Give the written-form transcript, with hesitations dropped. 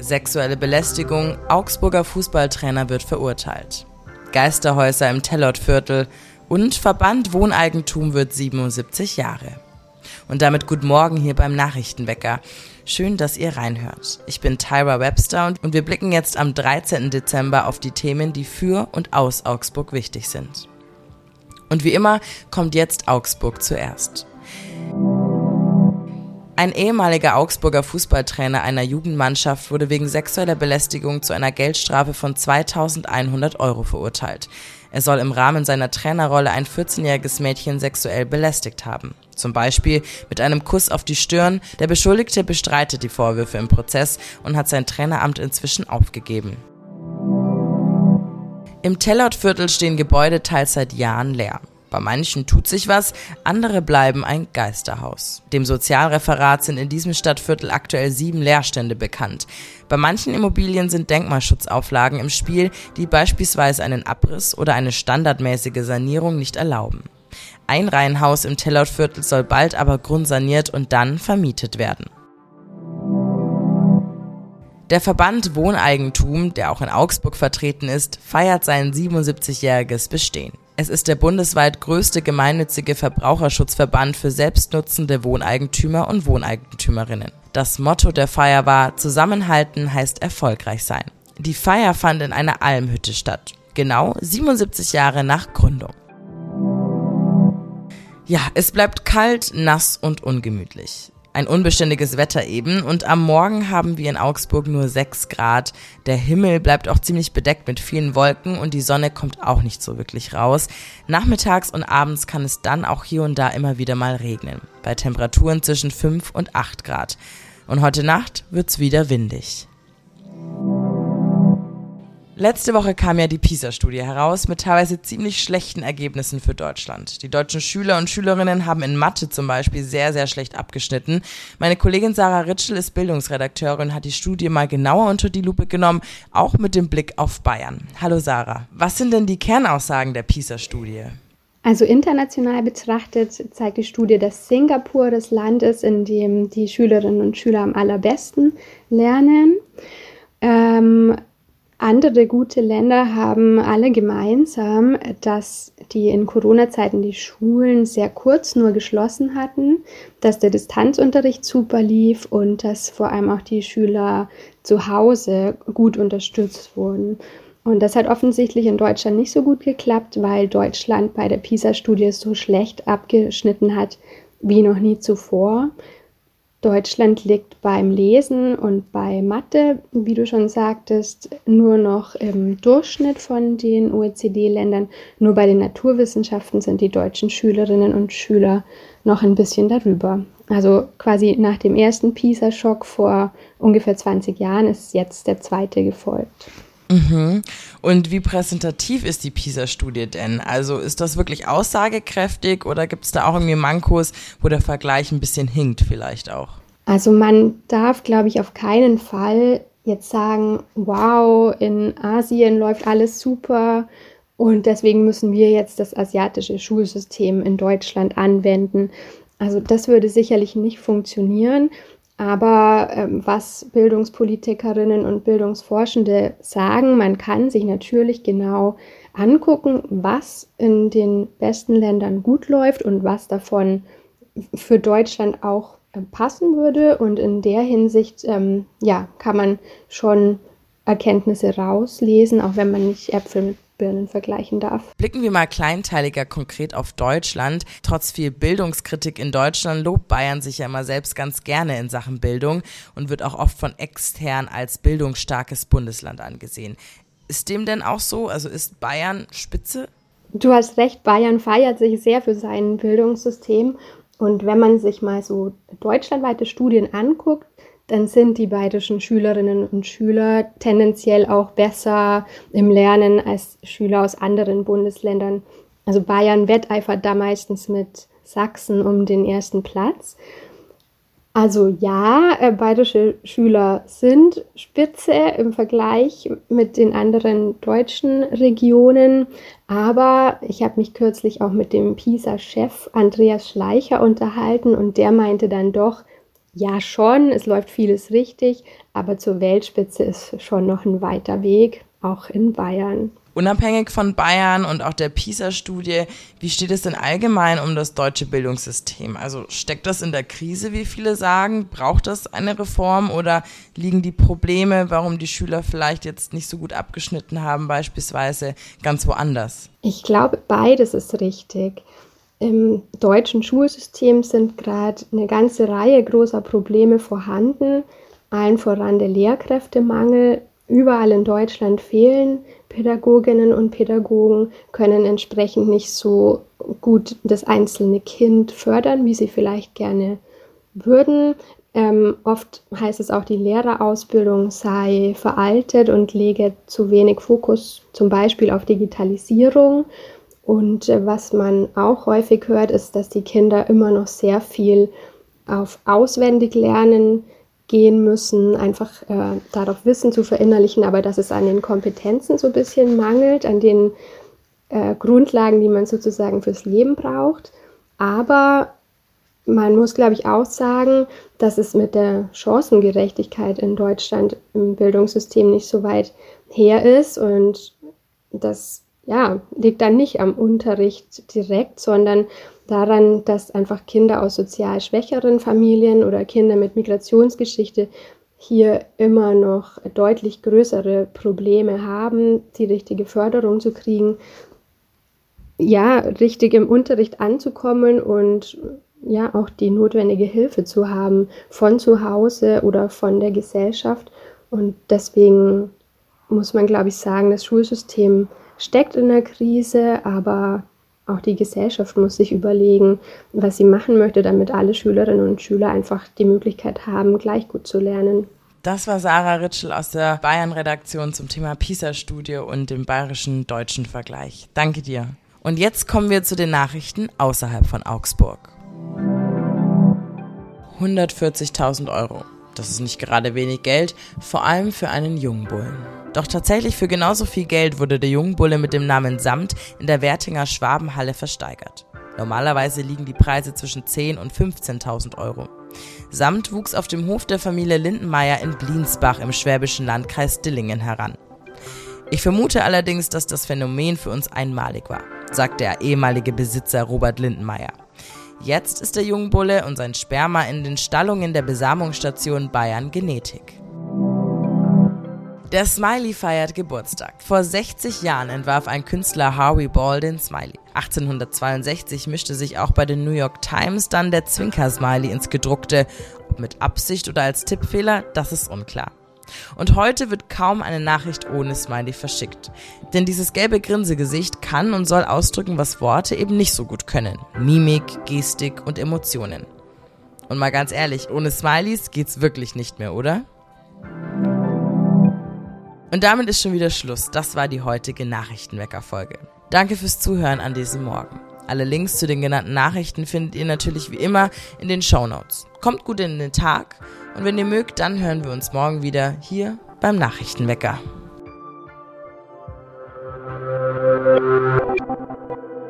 Sexuelle Belästigung, Augsburger Fußballtrainer wird verurteilt. Geisterhäuser im Tellotviertel und Verband Wohneigentum wird 77 Jahre. Und damit guten Morgen hier beim Nachrichtenwecker. Schön, dass ihr reinhört. Ich bin Tyra Webster und wir blicken jetzt am 13. Dezember auf die Themen, die für und aus Augsburg wichtig sind. Und wie immer kommt jetzt Augsburg zuerst. Ein ehemaliger Augsburger Fußballtrainer einer Jugendmannschaft wurde wegen sexueller Belästigung zu einer Geldstrafe von 2.100 € verurteilt. Er soll im Rahmen seiner Trainerrolle ein 14-jähriges Mädchen sexuell belästigt haben. Zum Beispiel mit einem Kuss auf die Stirn. Der Beschuldigte bestreitet die Vorwürfe im Prozess und hat sein Traineramt inzwischen aufgegeben. Im Tellotviertel stehen Gebäude teils seit Jahren leer. Bei manchen tut sich was, andere bleiben ein Geisterhaus. Dem Sozialreferat sind in diesem Stadtviertel aktuell 7 Leerstände bekannt. Bei manchen Immobilien sind Denkmalschutzauflagen im Spiel, die beispielsweise einen Abriss oder eine standardmäßige Sanierung nicht erlauben. Ein Reihenhaus im Tellotviertel soll bald aber grundsaniert und dann vermietet werden. Der Verband Wohneigentum, der auch in Augsburg vertreten ist, feiert sein 77-jähriges Bestehen. Es ist der bundesweit größte gemeinnützige Verbraucherschutzverband für selbstnutzende Wohneigentümer und Wohneigentümerinnen. Das Motto der Feier war: Zusammenhalten heißt erfolgreich sein. Die Feier fand in einer Almhütte statt, genau 77 Jahre nach Gründung. Ja, es bleibt kalt, nass und ungemütlich. Ein unbeständiges Wetter eben und am Morgen haben wir in Augsburg nur 6 Grad. Der Himmel bleibt auch ziemlich bedeckt mit vielen Wolken und die Sonne kommt auch nicht so wirklich raus. Nachmittags und abends kann es dann auch hier und da immer wieder mal regnen. Bei Temperaturen zwischen 5 und 8 Grad. Und heute Nacht wird's wieder windig. Letzte Woche kam ja die PISA-Studie heraus mit teilweise ziemlich schlechten Ergebnissen für Deutschland. Die deutschen Schüler und Schülerinnen haben in Mathe zum Beispiel sehr, sehr schlecht abgeschnitten. Meine Kollegin Sarah Ritschl ist Bildungsredakteurin und hat die Studie mal genauer unter die Lupe genommen, auch mit dem Blick auf Bayern. Hallo Sarah, was sind denn die Kernaussagen der PISA-Studie? Also international betrachtet zeigt die Studie, dass Singapur das Land ist, in dem die Schülerinnen und Schüler am allerbesten lernen. Andere gute Länder haben alle gemeinsam, dass die in Corona-Zeiten die Schulen sehr kurz nur geschlossen hatten, dass der Distanzunterricht super lief und dass vor allem auch die Schüler zu Hause gut unterstützt wurden. Und das hat offensichtlich in Deutschland nicht so gut geklappt, weil Deutschland bei der PISA-Studie so schlecht abgeschnitten hat wie noch nie zuvor. Deutschland liegt beim Lesen und bei Mathe, wie du schon sagtest, nur noch im Durchschnitt von den OECD-Ländern. Nur bei den Naturwissenschaften sind die deutschen Schülerinnen und Schüler noch ein bisschen darüber. Also quasi nach dem ersten PISA-Schock vor ungefähr 20 Jahren ist jetzt der zweite gefolgt. Mhm. Und wie präsentativ ist die PISA-Studie denn? Also ist das wirklich aussagekräftig oder gibt es da auch irgendwie Mankos, wo der Vergleich ein bisschen hinkt vielleicht auch? Also man darf, glaube ich, auf keinen Fall jetzt sagen, wow, in Asien läuft alles super und deswegen müssen wir jetzt das asiatische Schulsystem in Deutschland anwenden. Also das würde sicherlich nicht funktionieren. Aber was Bildungspolitikerinnen und Bildungsforschende sagen, man kann sich natürlich genau angucken, was in den besten Ländern gut läuft und was davon für Deutschland auch passen würde. Und in der Hinsicht kann man schon Erkenntnisse rauslesen, auch wenn man nicht Äpfel mit Birnen vergleichen darf. Blicken wir mal kleinteiliger konkret auf Deutschland. Trotz viel Bildungskritik in Deutschland lobt Bayern sich ja immer selbst ganz gerne in Sachen Bildung und wird auch oft von extern als bildungsstarkes Bundesland angesehen. Ist dem denn auch so? Also ist Bayern Spitze? Du hast recht, Bayern feiert sich sehr für sein Bildungssystem. Und wenn man sich mal so deutschlandweite Studien anguckt, dann sind die bayerischen Schülerinnen und Schüler tendenziell auch besser im Lernen als Schüler aus anderen Bundesländern. Also Bayern wetteifert da meistens mit Sachsen um den ersten Platz. Also ja, bayerische Schüler sind Spitze im Vergleich mit den anderen deutschen Regionen, aber ich habe mich kürzlich auch mit dem PISA-Chef Andreas Schleicher unterhalten und der meinte dann doch, Ja, schon, es läuft vieles richtig, aber zur Weltspitze ist schon noch ein weiter Weg, auch in Bayern. Unabhängig von Bayern und auch der PISA-Studie, wie steht es denn allgemein um das deutsche Bildungssystem? Also steckt das in der Krise, wie viele sagen? Braucht das eine Reform oder liegen die Probleme, warum die Schüler vielleicht jetzt nicht so gut abgeschnitten haben, beispielsweise ganz woanders? Ich glaube, beides ist richtig. Im deutschen Schulsystem sind gerade eine ganze Reihe großer Probleme vorhanden, allen voran der Lehrkräftemangel. Überall in Deutschland fehlen Pädagoginnen und Pädagogen, können entsprechend nicht so gut das einzelne Kind fördern, wie sie vielleicht gerne würden. Oft heißt es auch, die Lehrerausbildung sei veraltet und lege zu wenig Fokus zum Beispiel auf Digitalisierung. Und was man auch häufig hört, ist, dass die Kinder immer noch sehr viel auf Auswendiglernen gehen müssen, einfach darauf Wissen zu verinnerlichen, aber dass es an den Kompetenzen so ein bisschen mangelt, an den Grundlagen, die man sozusagen fürs Leben braucht. Aber man muss, glaube ich, auch sagen, dass es mit der Chancengerechtigkeit in Deutschland im Bildungssystem nicht so weit her ist. Und das liegt dann nicht am Unterricht direkt, sondern daran, dass einfach Kinder aus sozial schwächeren Familien oder Kinder mit Migrationsgeschichte hier immer noch deutlich größere Probleme haben, die richtige Förderung zu kriegen, richtig im Unterricht anzukommen und auch die notwendige Hilfe zu haben von zu Hause oder von der Gesellschaft. Und deswegen muss man, glaube ich, sagen, das Schulsystem steckt in der Krise, aber auch die Gesellschaft muss sich überlegen, was sie machen möchte, damit alle Schülerinnen und Schüler einfach die Möglichkeit haben, gleich gut zu lernen. Das war Sarah Ritschl aus der Bayern-Redaktion zum Thema PISA-Studie und dem bayerischen deutschen Vergleich. Danke dir. Und jetzt kommen wir zu den Nachrichten außerhalb von Augsburg. 140.000 €. Das ist nicht gerade wenig Geld, vor allem für einen Jungbullen. Doch tatsächlich für genauso viel Geld wurde der Jungbulle mit dem Namen Samt in der Wertinger Schwabenhalle versteigert. Normalerweise liegen die Preise zwischen 10.000 und 15.000 €. Samt wuchs auf dem Hof der Familie Lindenmeier in Bliensbach im schwäbischen Landkreis Dillingen heran. Ich vermute allerdings, dass das Phänomen für uns einmalig war, sagt der ehemalige Besitzer Robert Lindenmeier. Jetzt ist der Jungbulle und sein Sperma in den Stallungen der Besamungsstation Bayern Genetik. Der Smiley feiert Geburtstag. Vor 60 Jahren entwarf ein Künstler Harvey Ball den Smiley. 1862 mischte sich auch bei den New York Times dann der Zwinker-Smiley ins Gedruckte. Ob mit Absicht oder als Tippfehler, das ist unklar. Und heute wird kaum eine Nachricht ohne Smiley verschickt. Denn dieses gelbe Grinsegesicht kann und soll ausdrücken, was Worte eben nicht so gut können. Mimik, Gestik und Emotionen. Und mal ganz ehrlich, ohne Smileys geht's wirklich nicht mehr, oder? Und damit ist schon wieder Schluss. Das war die heutige Nachrichtenwecker-Folge. Danke fürs Zuhören an diesem Morgen. Alle Links zu den genannten Nachrichten findet ihr natürlich wie immer in den Shownotes. Kommt gut in den Tag und wenn ihr mögt, dann hören wir uns morgen wieder hier beim Nachrichtenwecker.